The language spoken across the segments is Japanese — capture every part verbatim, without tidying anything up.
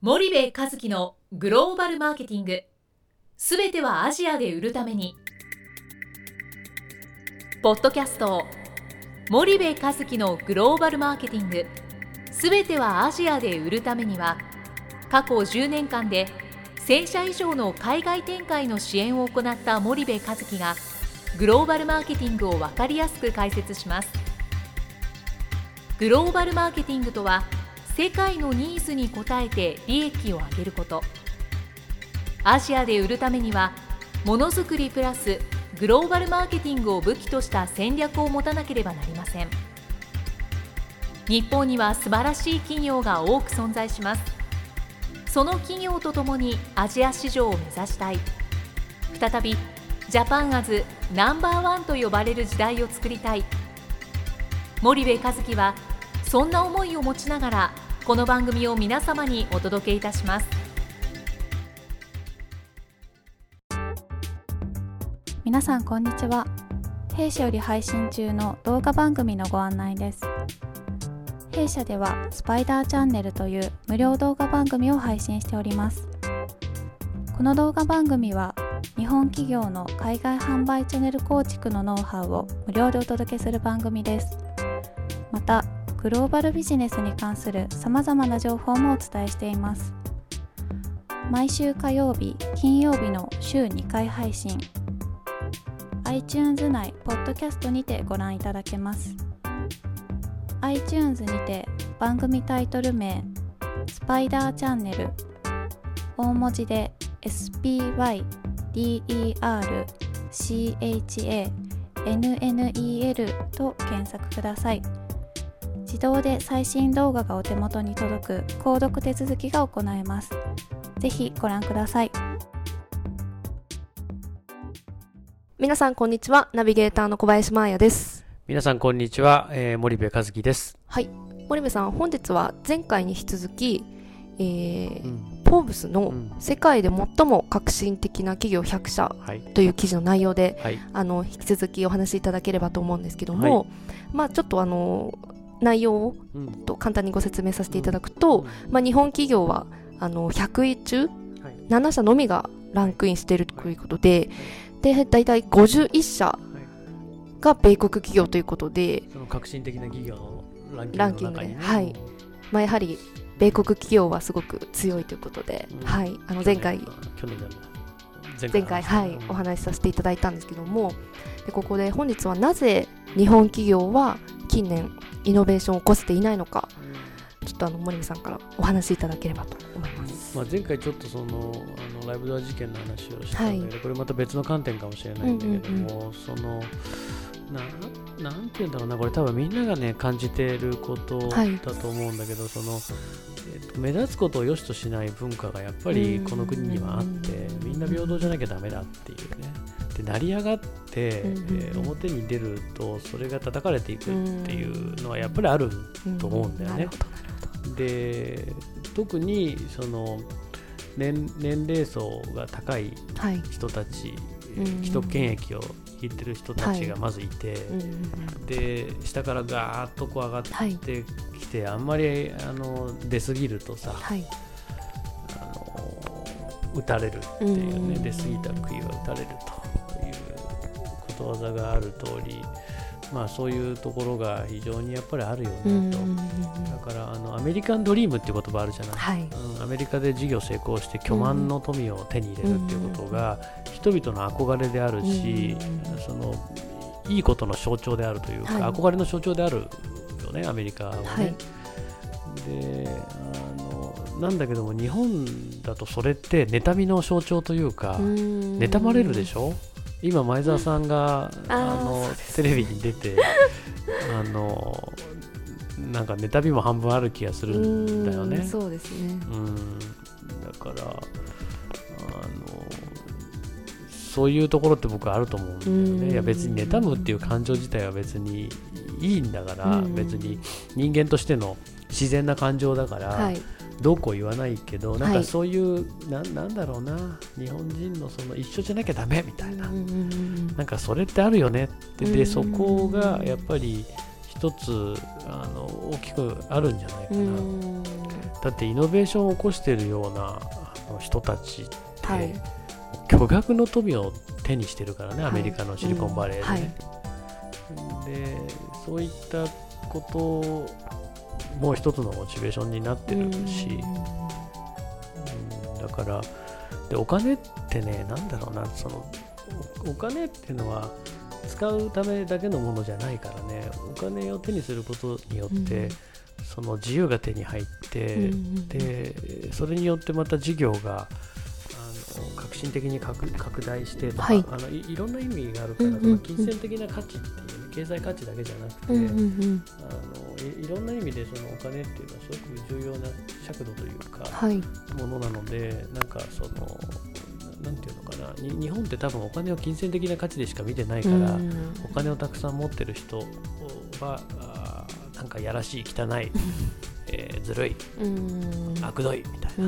森部一樹のグローバルマーケティング、すべてはアジアで売るために。ポッドキャスト森部一樹のグローバルマーケティング、すべてはアジアで売るためには、過去じゅうねんかんでせんしゃ以上の海外展開の支援を行った森部一樹がグローバルマーケティングを分かりやすく解説します。グローバルマーケティングとは、世界のニーズに応えて利益を上げること。アジアで売るためには、ものづくりプラスグローバルマーケティングを武器とした戦略を持たなければなりません。日本には素晴らしい企業が多く存在します。その企業とともにアジア市場を目指したい。再びジャパンアズナンバーワンと呼ばれる時代を作りたい。森部一樹はそんな思いを持ちながら、この番組を皆様にお届けいたします。 皆さんこんにちは。弊社より配信中の動画番組のご案内です。弊社ではスパイダーチャンネルという無料動画番組を配信しております。この動画番組は日本企業の海外販売チャンネル構築のノウハウを無料でお届けする番組です。またグローバルビジネスに関するさまざまな情報もお伝えしています。毎週火曜日、金曜日の週にかい配信、iTunes 内ポッドキャストにてご覧いただけます。 iTunes にて番組タイトル名スパイダーチャンネル、大文字で エスピーワイディーイーアールシーエイチエーエヌエヌイーエル と検索ください。自動で最新動画がお手元に届く購読手続きが行えます。ぜひご覧ください。 皆さんこんにちは。ナビゲーターの小林真彩です。 皆さんこんにちは、えー、森部一樹です。 はい、森部さん、本日は前回に引き続き、えーうん、フォーブスの世界で最も革新的な企業ひゃくしゃという記事の内容で、はい、あの引き続きお話しいただければと思うんですけども、はい、まあちょっとあの内容をと簡単にご説明させていただくと、うんまあ、日本企業はあのひゃくい中ななしゃのみがランクインしているということで、でだいたいごじゅういっしゃが米国企業ということで、 その革新的な企業のランキングの中に、ね、 はい、まあ、やはり米国企業はすごく強いということで、うんはい、あの前回去年前回、前回はい、お話しさせていただいたんですけども、でここで本日はなぜ日本企業は近年イノベーションを起こせていないのか、ちょっとあの森部さんからお話しいただければと思います。 まあ、前回ちょっとそのあのライブドア事件の話をしたんだけど、はい、これまた別の観点かもしれないんだけども、うんうんうん、そのななんていうんだろうな、これ多分みんながね感じていることだと思うんだけど、はい、そのえー、と目立つことを良しとしない文化がやっぱりこの国にはあって、みんな平等じゃなきゃダメだっていうね、で成り上がって、えー、表に出るとそれが叩かれていくっていうのはやっぱりあると思うんだよね。で特にその 年, 年齢層が高い人たち、はい、既得権益を握ってる人たちがまずいて、はい、で下からガーッとこう上がってきて、はい、あんまりあの出過ぎるとさ、はい、あの打たれるっていうね、出過ぎた杭は打たれるということわざがある通り、まあ、そういうところが非常にやっぱりあるよねと。だからあのアメリカンドリームっていう言葉あるじゃない、はい、うん、アメリカで事業成功して巨万の富を手に入れるっていうことが人々の憧れであるし、そのいいことの象徴であるというか、はい、憧れの象徴であるよね、アメリカはね、はい、であのなんだけども日本だとそれって妬みの象徴というか、妬まれるでしょ。今前澤さんがあのテレビに出てあのなんか妬みも半分ある気がするんだよね。 そうですね。 うんだからあのそういうところって僕はあると思うんだよね。いや別に妬むっていう感情自体は別にいいんだから、別に人間としての自然な感情だから、はい、どうこう言わないけど、なんかそういう、はい、な, なんだろうな、日本人のその一緒じゃなきゃダメみたいな、なんかそれってあるよねって、でそこがやっぱり一つあの大きくあるんじゃないかな。 だってイノベーションを起こしているようなあの人たちって、はい、巨額の富を手にしてるからね、はい、アメリカのシリコンバレーでね、うんはい、でそういったこともう一つのモチベーションになってるし、うん、だからでお金ってね、なんだろうな、そのお金っていうのは使うためだけのものじゃないからね、お金を手にすることによって、うん、その自由が手に入って、うん、でそれによってまた事業があの革新的に 拡, 拡大してとか、はい、あの い, いろんな意味があるから、うんうんうん、金銭的な価値っていう、ね、経済価値だけじゃなくて、うんうんうん、あの い, いろんな意味でそのお金っていうのはすごく重要な尺度というか、はい、ものなので、なんかそのなんていうのかな、に日本って多分お金を金銭的な価値でしか見てないから、うん、お金をたくさん持ってる人はなんかやらしい、汚い、えー、ずるい、うん、悪どいみたいな、うん、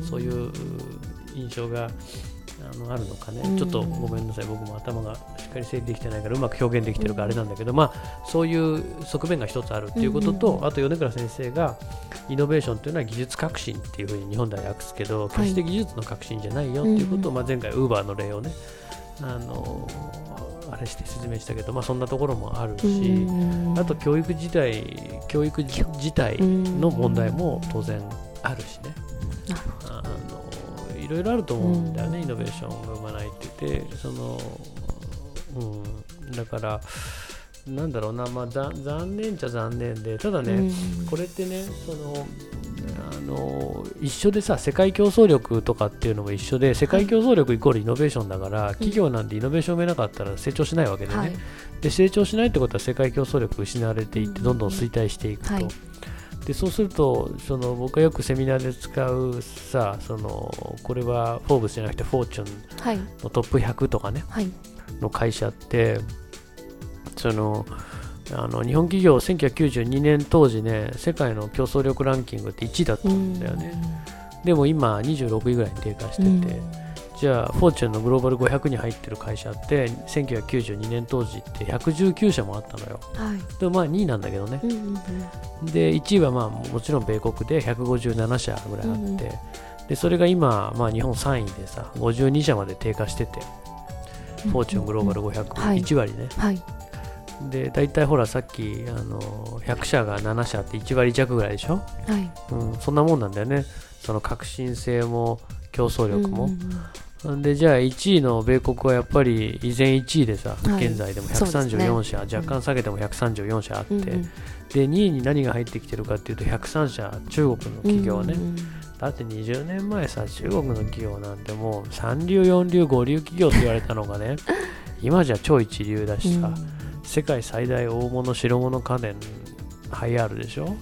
そういう印象があのあるのかね、うん、ちょっとごめんなさい、僕も頭がしっかり整理できてないからうまく表現できてるかあれなんだけど、うん、まあそういう側面が一つあるっていうことと、うん、あと米倉先生がイノベーションというのは技術革新っていうふうに日本では訳すけど、決して技術の革新じゃないよっていうことを、まあ、前回ウーバーの例をね、あのあれして説明したけど、まあ、そんなところもあるし、あと教育自体教育自体の問題も当然あるしね、あのいろいろあると思うんだよね、イノベーションが生まないって言って、その、うん、だからなんだろうな、まあ、残念っちゃ残念で、ただね、これってね、そのあの一緒でさ、世界競争力とかっていうのも一緒で、世界競争力イコールイノベーションだから、はい、企業なんてイノベーションを埋めなかったら成長しないわけでね、はい、で成長しないってことは世界競争力失われていってどんどん衰退していくと、はい、でそうするとその僕がよくセミナーで使うさ、そのこれはフォーブスじゃなくてフォーチュンのトップひゃくとかね、はい、の会社ってそのあの日本企業せんきゅうひゃくきゅうじゅうにねん当時ね、世界の競争力ランキングっていちいだったんだよね。でも今にじゅうろくいぐらいに低下してて、じゃあフォーチュンのグローバルごひゃくに入ってる会社ってせんきゅうひゃくきゅうじゅうにねん当時ってひゃくじゅうきゅうしゃもあったのよ、はい、でもまあにいなんだけどね、うんうんうん、でいちいはまあもちろん米国でひゃくごじゅうななしゃぐらいあって、うんうん、でそれが今、まあ、日本さんいでさごじゅうにしゃまで低下してて、うんうん、フォーチュングローバルごひゃく、はい、いちわりね、はい、で大体ほらさっきあのひゃくしゃがななしゃっていちわりじゃくぐらいでしょ、はいうん、そんなもんなんだよね、その革新性も競争力も、うんうん、でじゃあいちいの米国はやっぱり依然いちいでさ、はい、現在でもひゃくさんじゅうよんしゃ、ね、若干下げてもひゃくさんじゅうよんしゃあって、うんうん、でにいに何が入ってきてるかっていうとひゃくさんしゃ、中国の企業ね、うんうん、だってにじゅうねんまえさ、中国の企業なんてもうさんりゅうよんりゅうごりゅう企業って言われたのがね今じゃ超一流だしさ、うん、世界最大大物白物家電ハイアールでしょ、はい、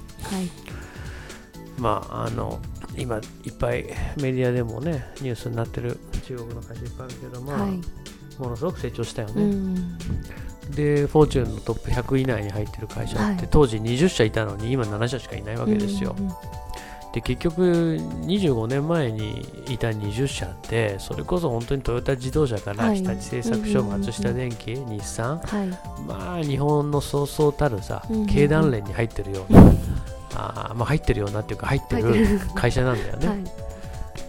まああの今いっぱいメディアでもねニュースになってる中国の会社いっぱいあるけど、まあ、はい、ものすごく成長したよね、うん、でフォーチュンのトップひゃく以内に入ってる会社って、はい、当時にじゅっしゃいたのに今ななしゃしかいないわけですよ、うんうんうん、で結局にじゅうごねんまえにいたにじゅっしゃってそれこそ本当にトヨタ自動車から日立製作所、松下電器、日産、はい、まあ日本のそうそうたるさ、うんうん、経団連に入ってるようなあまあ、入ってるようなっていうか入ってる会社なんだよね、はい、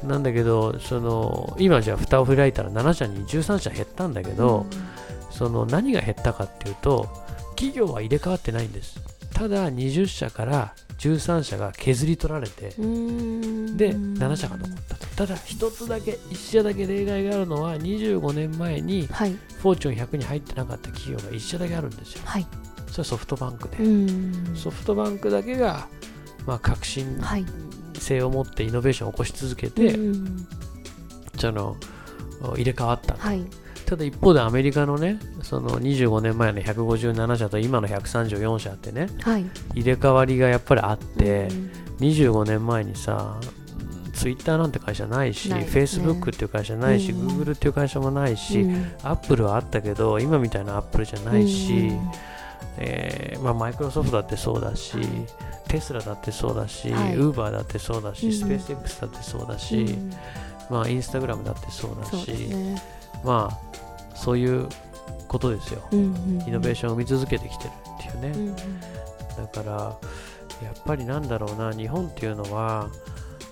なんだけどその今じゃ蓋を開いたらななしゃにじゅうさんしゃ減ったんだけど、うん、その何が減ったかっていうと企業は入れ替わってないんです。ただにじゅっしゃからじゅうさんしゃが削り取られてでななしゃが残ったと。ただ一つだけいっしゃだけ例外があるのはにじゅうごねんまえにフォーチュンひゃくに入ってなかった企業がいっしゃだけあるんですよ、はい、それはソフトバンクでソフトバンクだけがまあ、革新性を持ってイノベーションを起こし続けて、はい、その入れ替わった、はい、ただ一方でアメリカのねそのにじゅうごねんまえのひゃくごじゅうななしゃと今のひゃくさんじゅうよんしゃってね、はい、入れ替わりがやっぱりあって、うん、にじゅうごねんまえにさツイッターなんて会社ないし、フェイスブックっていう会社ないし、うん、Google っていう会社もないし、うん、アップルはあったけど今みたいなアップルじゃないし、うんえーまあ、マイクロソフトだってそうだし、テスラだってそうだし、はい、ウーバーだってそうだし、うん、スペース X だってそうだし、うん、まあインスタグラムだってそうだし、ね、まあそういうことですよ、うんうんうん、イノベーションを生み続けてきてるっていうね、うんうん、だからやっぱりなんだろうな、日本っていうのは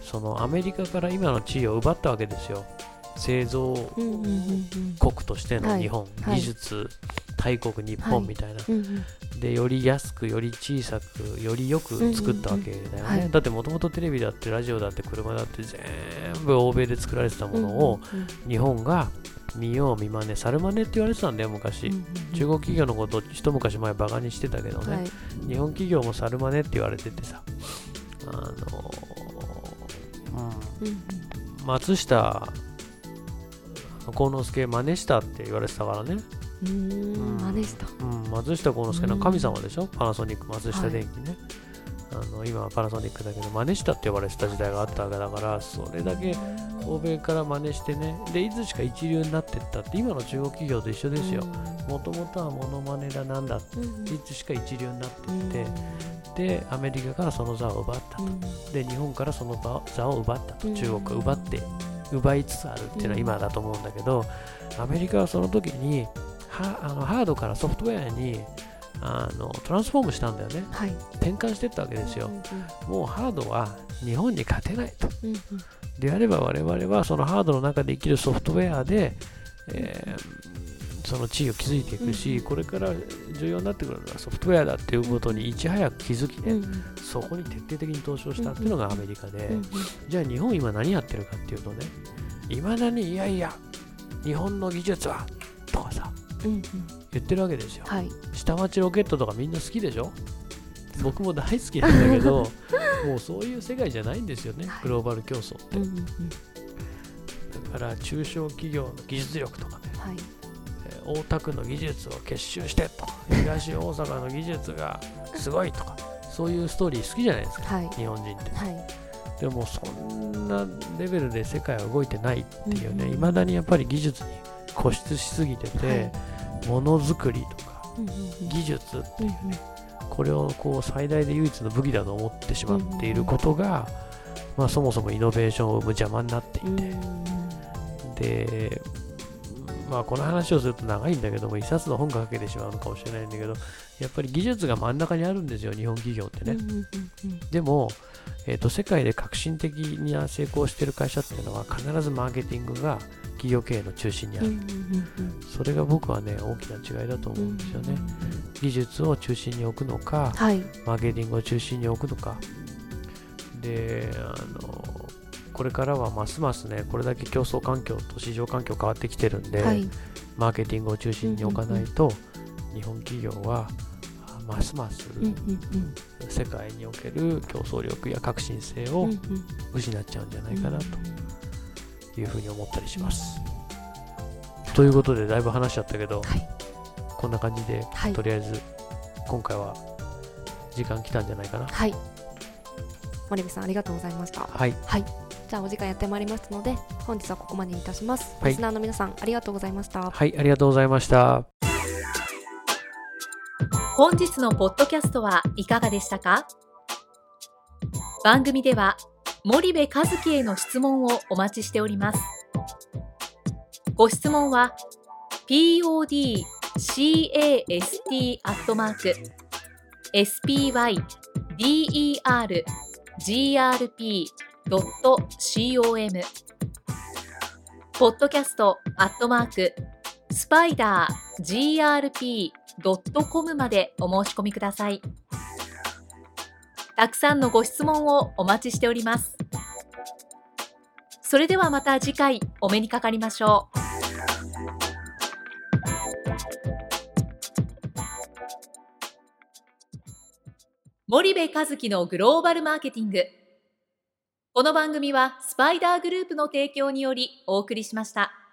そのアメリカから今の地位を奪ったわけですよ。製造国としての日本、はい、技術大国日本みたいな、はいうんうん、でより安くより小さくよりよく作ったわけだよね、うんうんうんはい、だってもともとテレビだってラジオだって車だって全部欧米で作られてたものを日本が見よう見まね猿真似って言われてたんだよ昔、うんうんうん、中国企業のことを一昔前バカにしてたけどね、はい、日本企業も猿真似って言われててさあの、うんうんうん、松下幸之助真似したって言われてたからね。 うーん、真似した。 うん、松下幸之助の神様でしょ、パナソニック、松下電機ね。はい、あの今はパナソニックだけど、真似したって呼ばれてた時代があったわけだから、それだけ欧米から真似してね、で、いつしか一流になっていったって、今の中国企業と一緒ですよ。もともとはモノマネだなんだって、いつしか一流になっていって、で、アメリカからその座を奪ったと。で、日本からその座を奪ったと。中国が奪って。奪いつつあるっていうのは今だと思うんだけど、うん、アメリカはその時にはあのハードからソフトウェアにあのトランスフォームしたんだよね、はい、転換していったわけですよ、うんうんうん、もうハードは日本に勝てないと、うんうん、であれば我々はそのハードの中で生きるソフトウェアで、えー、その地位を築いていくし、うん、これから重要になってくるのはソフトウェアだっていうことにいち早く気づきね、うんうん、そこに徹底的に投資をしたっていうのがアメリカで、うんうん、じゃあ日本今何やってるかっていうとね、いまだにいやいや日本の技術はとかさ、うんうん、言ってるわけですよ、はい、下町ロケットとかみんな好きでしょ。僕も大好きなんだけどもうそういう世界じゃないんですよね、はい、グローバル競争って、うんうんうん、だから中小企業の技術力とかね、はい、大田区の技術を結集してとか東大阪の技術がすごいとかそういうストーリー好きじゃないですか、はい、日本人って、はい、でもそんなレベルで世界は動いてないっていうね、いま、うん、だにやっぱり技術に固執しすぎてて、ものづくりとか、うんうん、技術っていうね、うんうん、これをこう最大で唯一の武器だと思ってしまっていることが、まあ、そもそもイノベーションを生む邪魔になっていて、うん、でまあこの話をすると長いんだけども一冊の本が書けてしまうのかもしれないんだけど、やっぱり技術が真ん中にあるんですよ、日本企業ってね、うんうんうん、でも、えーと、世界で革新的に成功している会社っていうのは必ずマーケティングが企業経営の中心にある、うんうんうん、それが僕はね大きな違いだと思うんですよね、うんうんうん、技術を中心に置くのか、はい、マーケティングを中心に置くのかで、あのこれからはますますねこれだけ競争環境と市場環境変わってきてるんで、はい、マーケティングを中心に置かないと、うんうんうん、日本企業はますます、うんうんうん、世界における競争力や革新性を失っちゃうんじゃないかなというふうに思ったりします、うん、ということでだいぶ話しちゃったけど、はい、こんな感じで、はい、とりあえず今回は時間来たんじゃないかな。 はい、森部さんありがとうございました。はい、はい、じゃあお時間やってまいりましたので本日はここまでにいたします、はい、リスナーの皆さんありがとうございました。 はい、ありがとうございました。 本日のポッドキャストはいかがでしたか？番組では森部一樹への質問をお待ちしております。ご質問は ピーオーディーキャスト アットマーク エスピーワイディーイーアールジーアールピードットコム ポッドキャストアットマークスパイダー ジーアールピードットコム までお申し込みください。たくさんのご質問をお待ちしております。それではまた次回お目にかかりましょう。森部一樹のグローバルマーケティング。この番組はスパイダーグループの提供によりお送りしました。